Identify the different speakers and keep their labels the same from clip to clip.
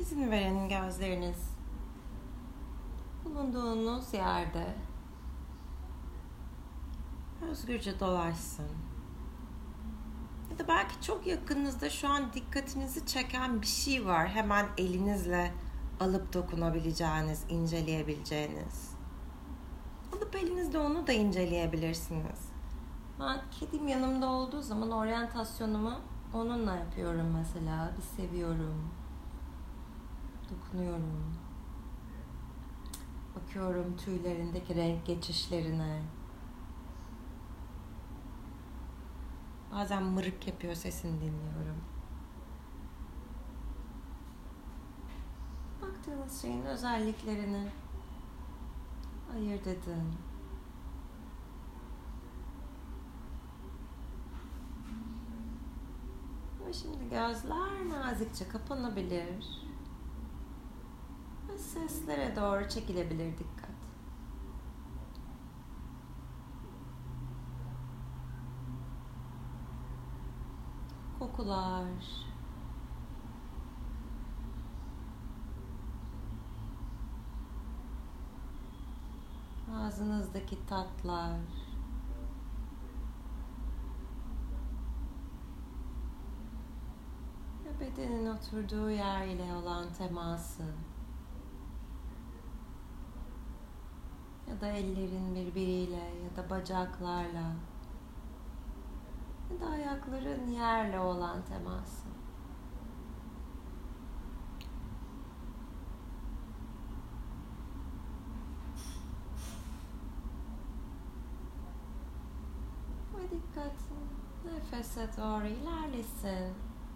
Speaker 1: İzin verin gözleriniz bulunduğunuz yerde özgürce dolaşsın. Ya da belki çok yakınınızda şu an dikkatinizi çeken bir şey var. Hemen elinizle alıp dokunabileceğiniz, inceleyebileceğiniz. Alıp elinizle onu da inceleyebilirsiniz. Ben kedim yanımda olduğu zaman oryantasyonumu onunla yapıyorum mesela. Bir seviyorum. Dokunuyorum. Bakıyorum tüylerindeki renk geçişlerine. Bazen mırık yapıyor, sesini dinliyorum. Baktığınız şeyin özelliklerini ayırt edin. Ve şimdi gözler nazikçe kapanabilir. Ve seslere doğru çekilebilir dikkat. Kokular, ağzınızdaki tatlar, ve bedenin oturduğu yer ile olan teması, ya da ellerin birbiriyle ya da bacaklarla ya da ayakların yerle olan teması. Ve dikkat nefese doğru ilerlesin.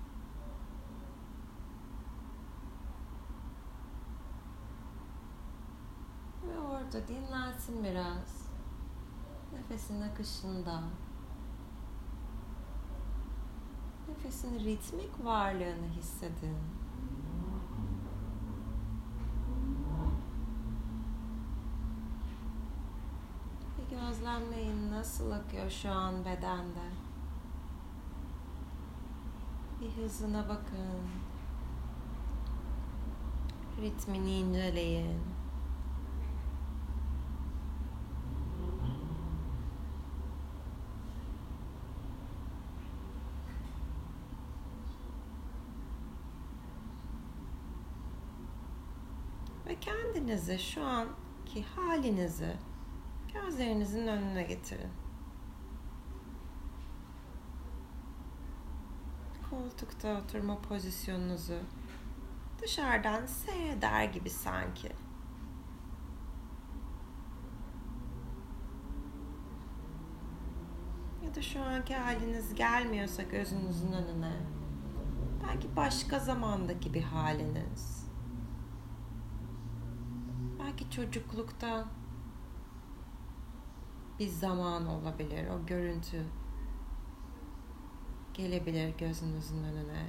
Speaker 1: Ve orada dinlensin biraz. Nefesin akışında. Nefesin ritmik varlığını hissedin. Ve gözlemleyin nasıl akıyor şu an bedende. Bir hızına bakın. Ritmini inceleyin. Ve kendinizi şu anki halinizi gözlerinizin önüne getirin. Koltukta oturma pozisyonunuzu dışarıdan seyreder gibi sanki. Ya da şu anki haliniz gelmiyorsa gözünüzün önüne, belki başka zamandaki bir haliniz. Belki çocuklukta bir zaman olabilir. O görüntü gelebilir gözünüzün önüne.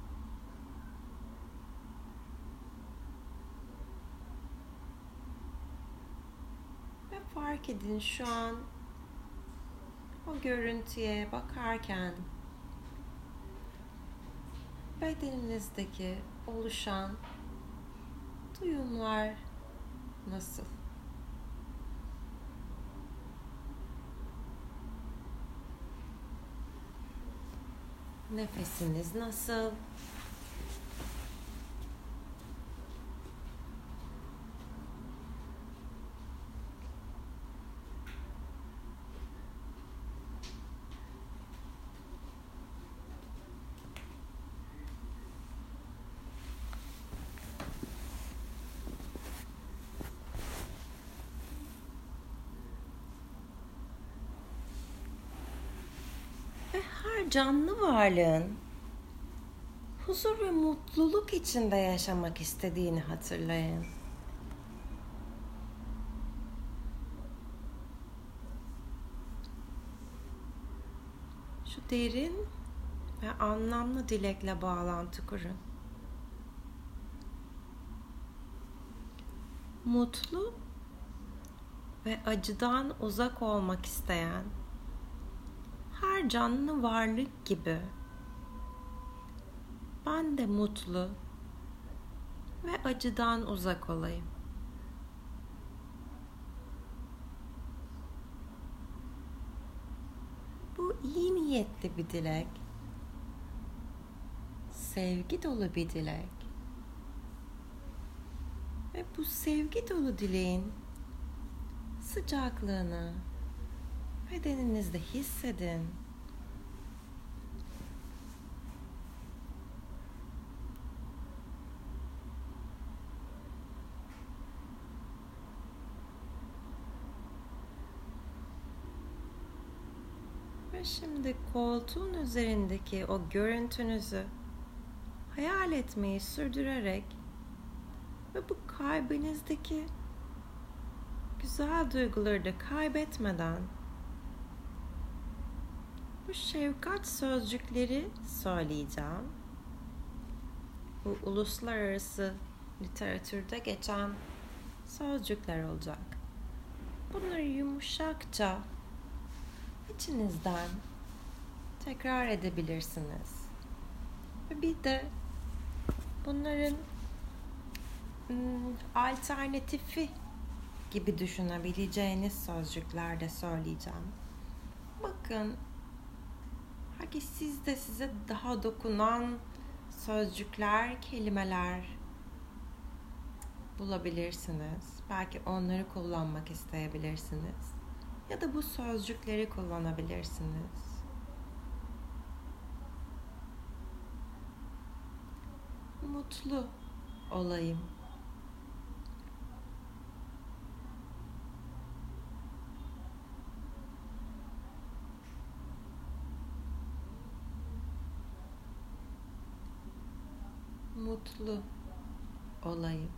Speaker 1: Ve fark edin şu an o görüntüye bakarken bedeninizdeki oluşan duyumlar nasıl? Nefesiniz nasıl? Ve her canlı varlığın huzur ve mutluluk içinde yaşamak istediğini hatırlayın. Şu derin ve anlamlı dilekle bağlantı kurun. Mutlu ve acıdan uzak olmak isteyen her canlı varlık gibi ben de mutlu ve acıdan uzak olayım. Bu iyi niyetli bir dilek, sevgi dolu bir dilek. Ve bu sevgi dolu dileğin sıcaklığını bedeninizde hissedin. Ve şimdi koltuğun üzerindeki o görüntünüzü hayal etmeyi sürdürerek ve bu kalbinizdeki güzel duyguları da kaybetmeden bu şefkat sözcükleri söyleyeceğim. Bu uluslararası literatürde geçen sözcükler olacak. Bunları yumuşakça içinizden tekrar edebilirsiniz. Ve bir de bunların alternatifi gibi düşünebileceğiniz sözcükler de söyleyeceğim. Bakın, belki siz de size daha dokunan sözcükler, kelimeler bulabilirsiniz. Belki onları kullanmak isteyebilirsiniz. Ya da bu sözcükleri kullanabilirsiniz. Mutlu olayım. Mutlu olayım.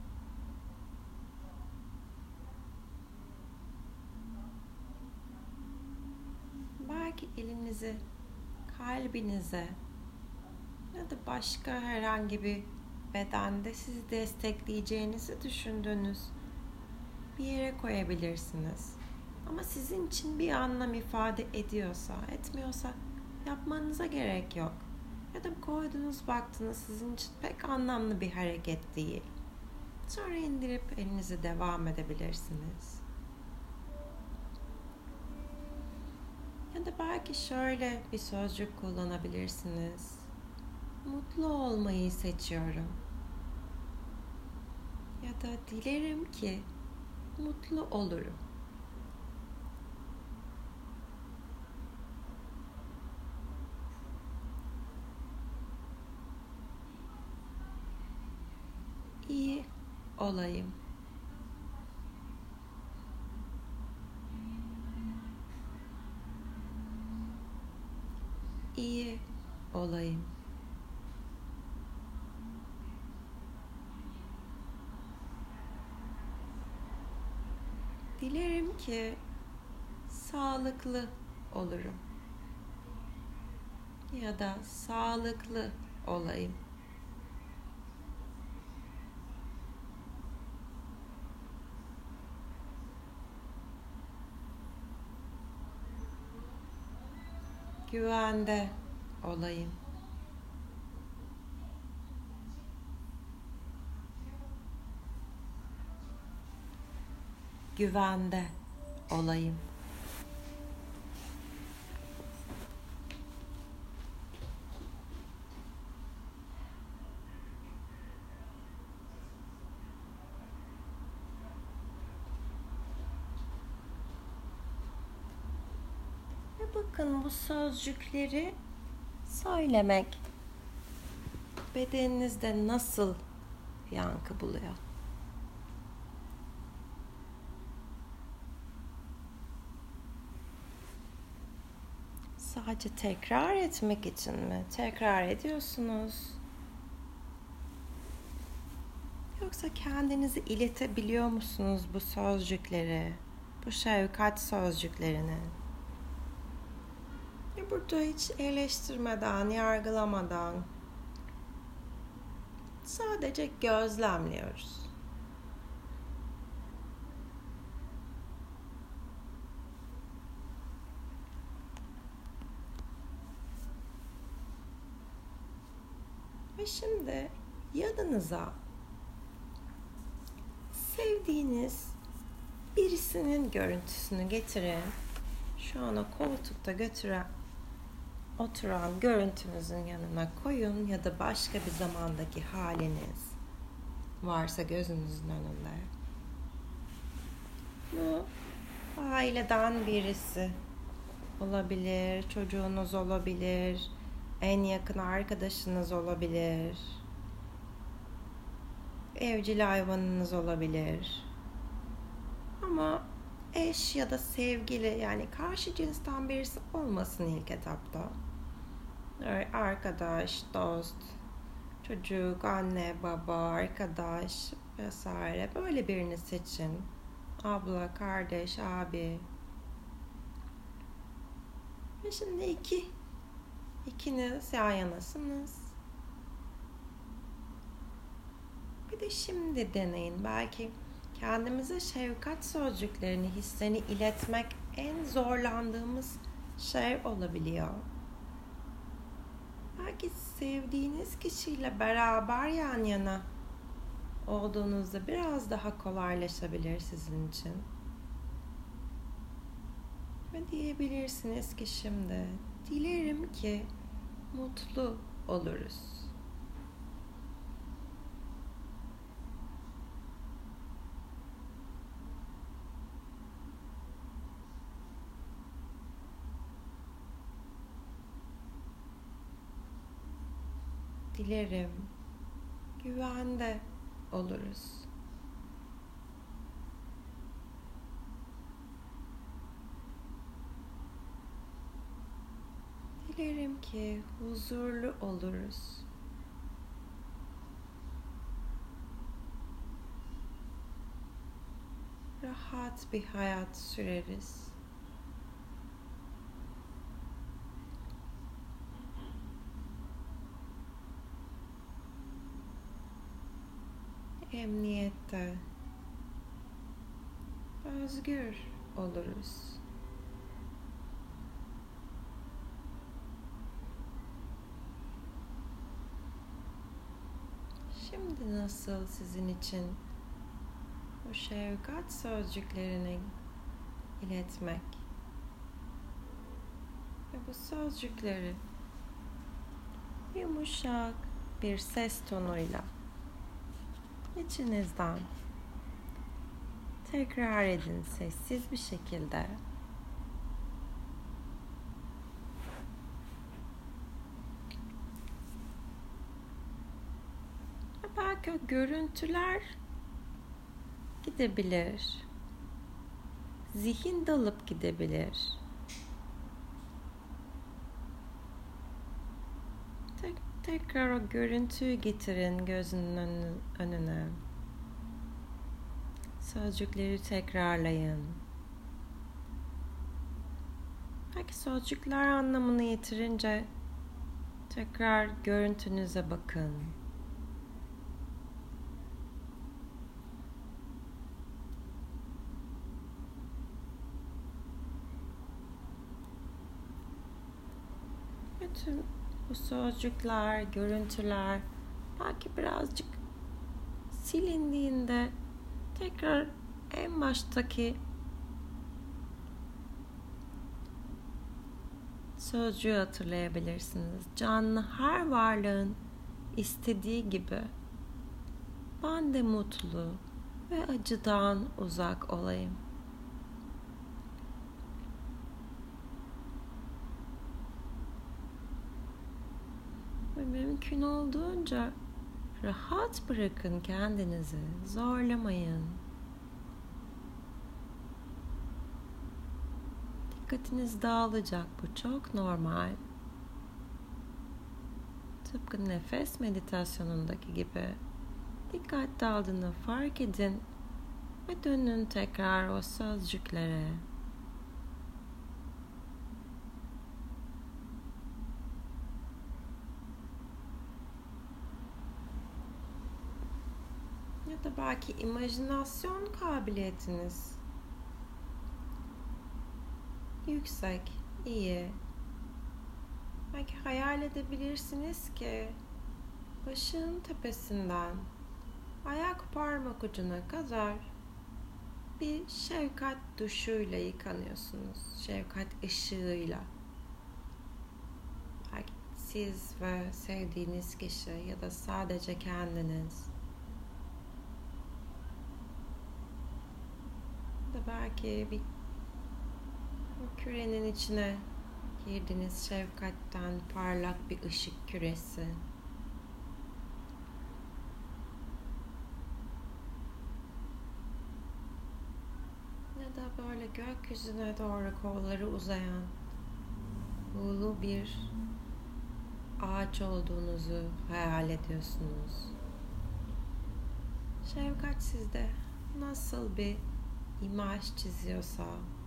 Speaker 1: Belki elinizi kalbinize ya da başka herhangi bir bedende sizi destekleyeceğinizi düşündüğünüz bir yere koyabilirsiniz. Ama sizin için bir anlam ifade ediyorsa, etmiyorsa yapmanıza gerek yok. Ya da koydunuz, baktınız sizin için pek anlamlı bir hareket değil. Sonra indirip elinize devam edebilirsiniz. Ya da belki şöyle bir sözcük kullanabilirsiniz. Mutlu olmayı seçiyorum. Ya da dilerim ki mutlu olurum. İyi olayım. İyi olayım. Dilerim ki sağlıklı olurum. Ya da sağlıklı olayım. Güvende olayım. Güvende olayım. Ve bakın, bu sözcükleri söylemek bedeninizde nasıl yankı buluyor? Sadece tekrar etmek için mi? Tekrar ediyorsunuz. Yoksa kendinizi iletebiliyor musunuz bu sözcükleri? Bu şefkat sözcüklerini? Ve burada hiç eleştirmeden, yargılamadan sadece gözlemliyoruz. Ve şimdi yanınıza Sevdiğiniz birisinin görüntüsünü getirin. Şu an o koltukta oturan görüntünüzün yanına koyun ya da başka bir zamandaki haliniz varsa gözünüzün önünde. Bu aileden birisi olabilir, çocuğunuz olabilir, en yakın arkadaşınız olabilir, evcil hayvanınız olabilir. Ama eş ya da sevgili, yani karşı cinsten birisi olmasın ilk etapta. Arkadaş, dost, çocuk, anne, baba, arkadaş vesaire, böyle birini seçin. Abla, kardeş, abi. Ve şimdi ikiniz yan yanasınız. Bir de şimdi deneyin. Belki kendimize şefkat sözcüklerini, hislerini iletmek en zorlandığımız şey olabiliyor. Belki sevdiğiniz kişiyle beraber yan yana olduğunuzda biraz daha kolaylaşabilir sizin için. Ve diyebilirsiniz ki şimdi, dilerim ki mutlu oluruz. Dilerim güvende oluruz. Dilerim ki huzurlu oluruz. Rahat bir hayat süreriz. Emniyette, özgür oluruz. Şimdi nasıl sizin için o şefkat sözcüklerini iletmek ve bu sözcükleri yumuşak bir ses tonuyla içinizden tekrar edin sessiz bir şekilde. Belki o görüntüler gidebilir. Zihin dalıp gidebilir. Tekrar o görüntüyü getirin gözünün önüne. Sözcükleri tekrarlayın. Belki sözcükler anlamını yitirince tekrar görüntünüze bakın. Bütün bu sözcükler, görüntüler belki birazcık silindiğinde tekrar en baştaki sözcüğü hatırlayabilirsiniz. Canlı her varlığın istediği gibi ben de mutlu ve acıdan uzak olayım. Ve mümkün olduğunca rahat bırakın kendinizi, zorlamayın. Dikkatiniz dağılacak, bu çok normal. Tıpkı nefes meditasyonundaki gibi dikkat dağıldığını fark edin ve dönün tekrar o sözcüklere. Ya da belki imajinasyon kabiliyetiniz yüksek, iyi. Belki hayal edebilirsiniz ki başın tepesinden ayak parmak ucuna kadar bir şefkat duşuyla yıkanıyorsunuz. Şefkat ışığıyla. Belki siz ve sevdiğiniz kişi ya da sadece kendiniz. Ya da belki bir kürenin içine girdiğiniz şefkatten parlak bir ışık küresi. Ya da böyle gökyüzüne doğru kolları uzayan ulu bir ağaç olduğunuzu hayal ediyorsunuz. Şefkat sizde nasıl bir imaj çiziyorsa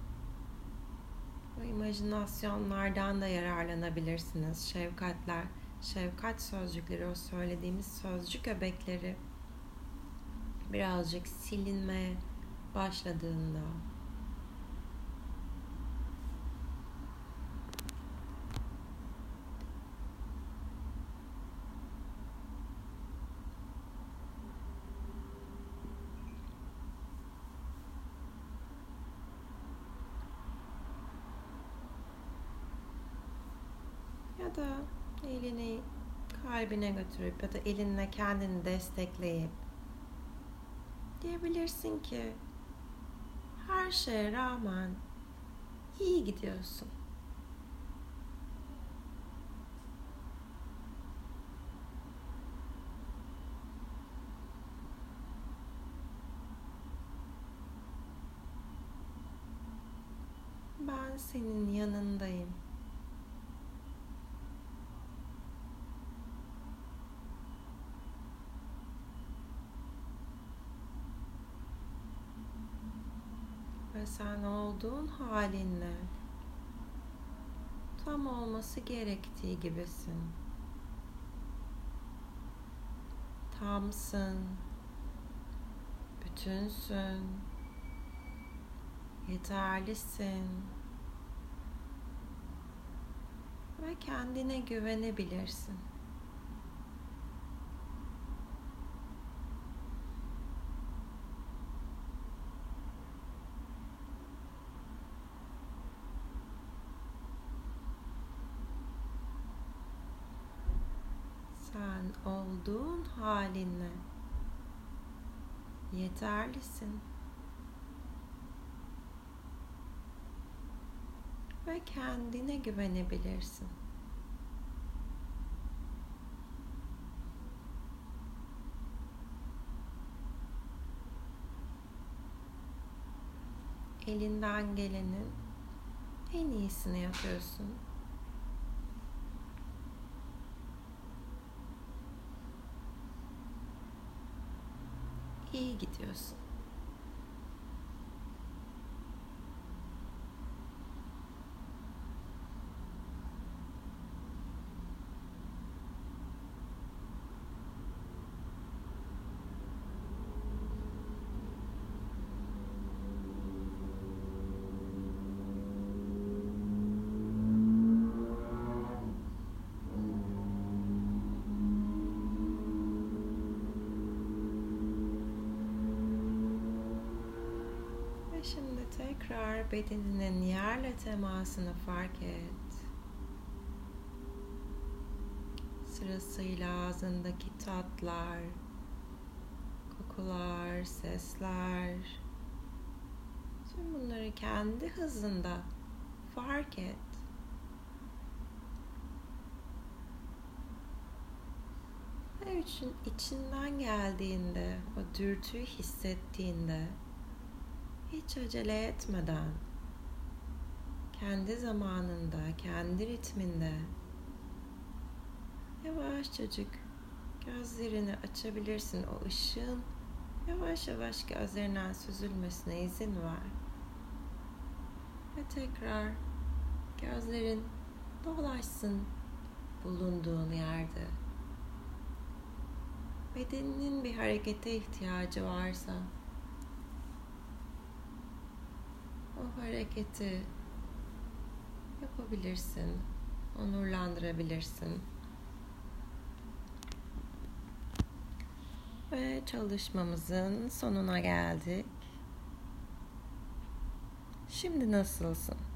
Speaker 1: bu imajinasyonlardan da yararlanabilirsiniz. Şefkat sözcükleri, o söylediğimiz sözcük öbekleri birazcık silinmeye başladığında ya da elini kalbine götürüp ya da elinle kendini destekleyip diyebilirsin ki her şeye rağmen iyi gidiyorsun. Ben senin yanındayım. Ve sen olduğun halinle tam olması gerektiği gibisin. Tamsın, bütünsün, yeterlisin ve kendine güvenebilirsin. Sen olduğun halinle yeterlisin ve kendine güvenebilirsin. Elinden gelenin en iyisini yapıyorsun. İyi gidiyorsun. Ve şimdi tekrar bedeninin yerle temasını fark et. Sırasıyla ağzındaki tatlar, kokular, sesler, tüm bunları kendi hızında fark et. Ve içinden geldiğinde, o dürtüyü hissettiğinde hiç acele etmeden, kendi zamanında, kendi ritminde yavaşçacık gözlerini açabilirsin. O ışığın yavaş yavaş gözlerinden süzülmesine izin ver. Ve tekrar gözlerin dolaşsın bulunduğun yerde. Bedeninin bir harekete ihtiyacı varsa o hareketi yapabilirsin, onurlandırabilirsin. Ve çalışmamızın sonuna geldik. Şimdi nasılsın?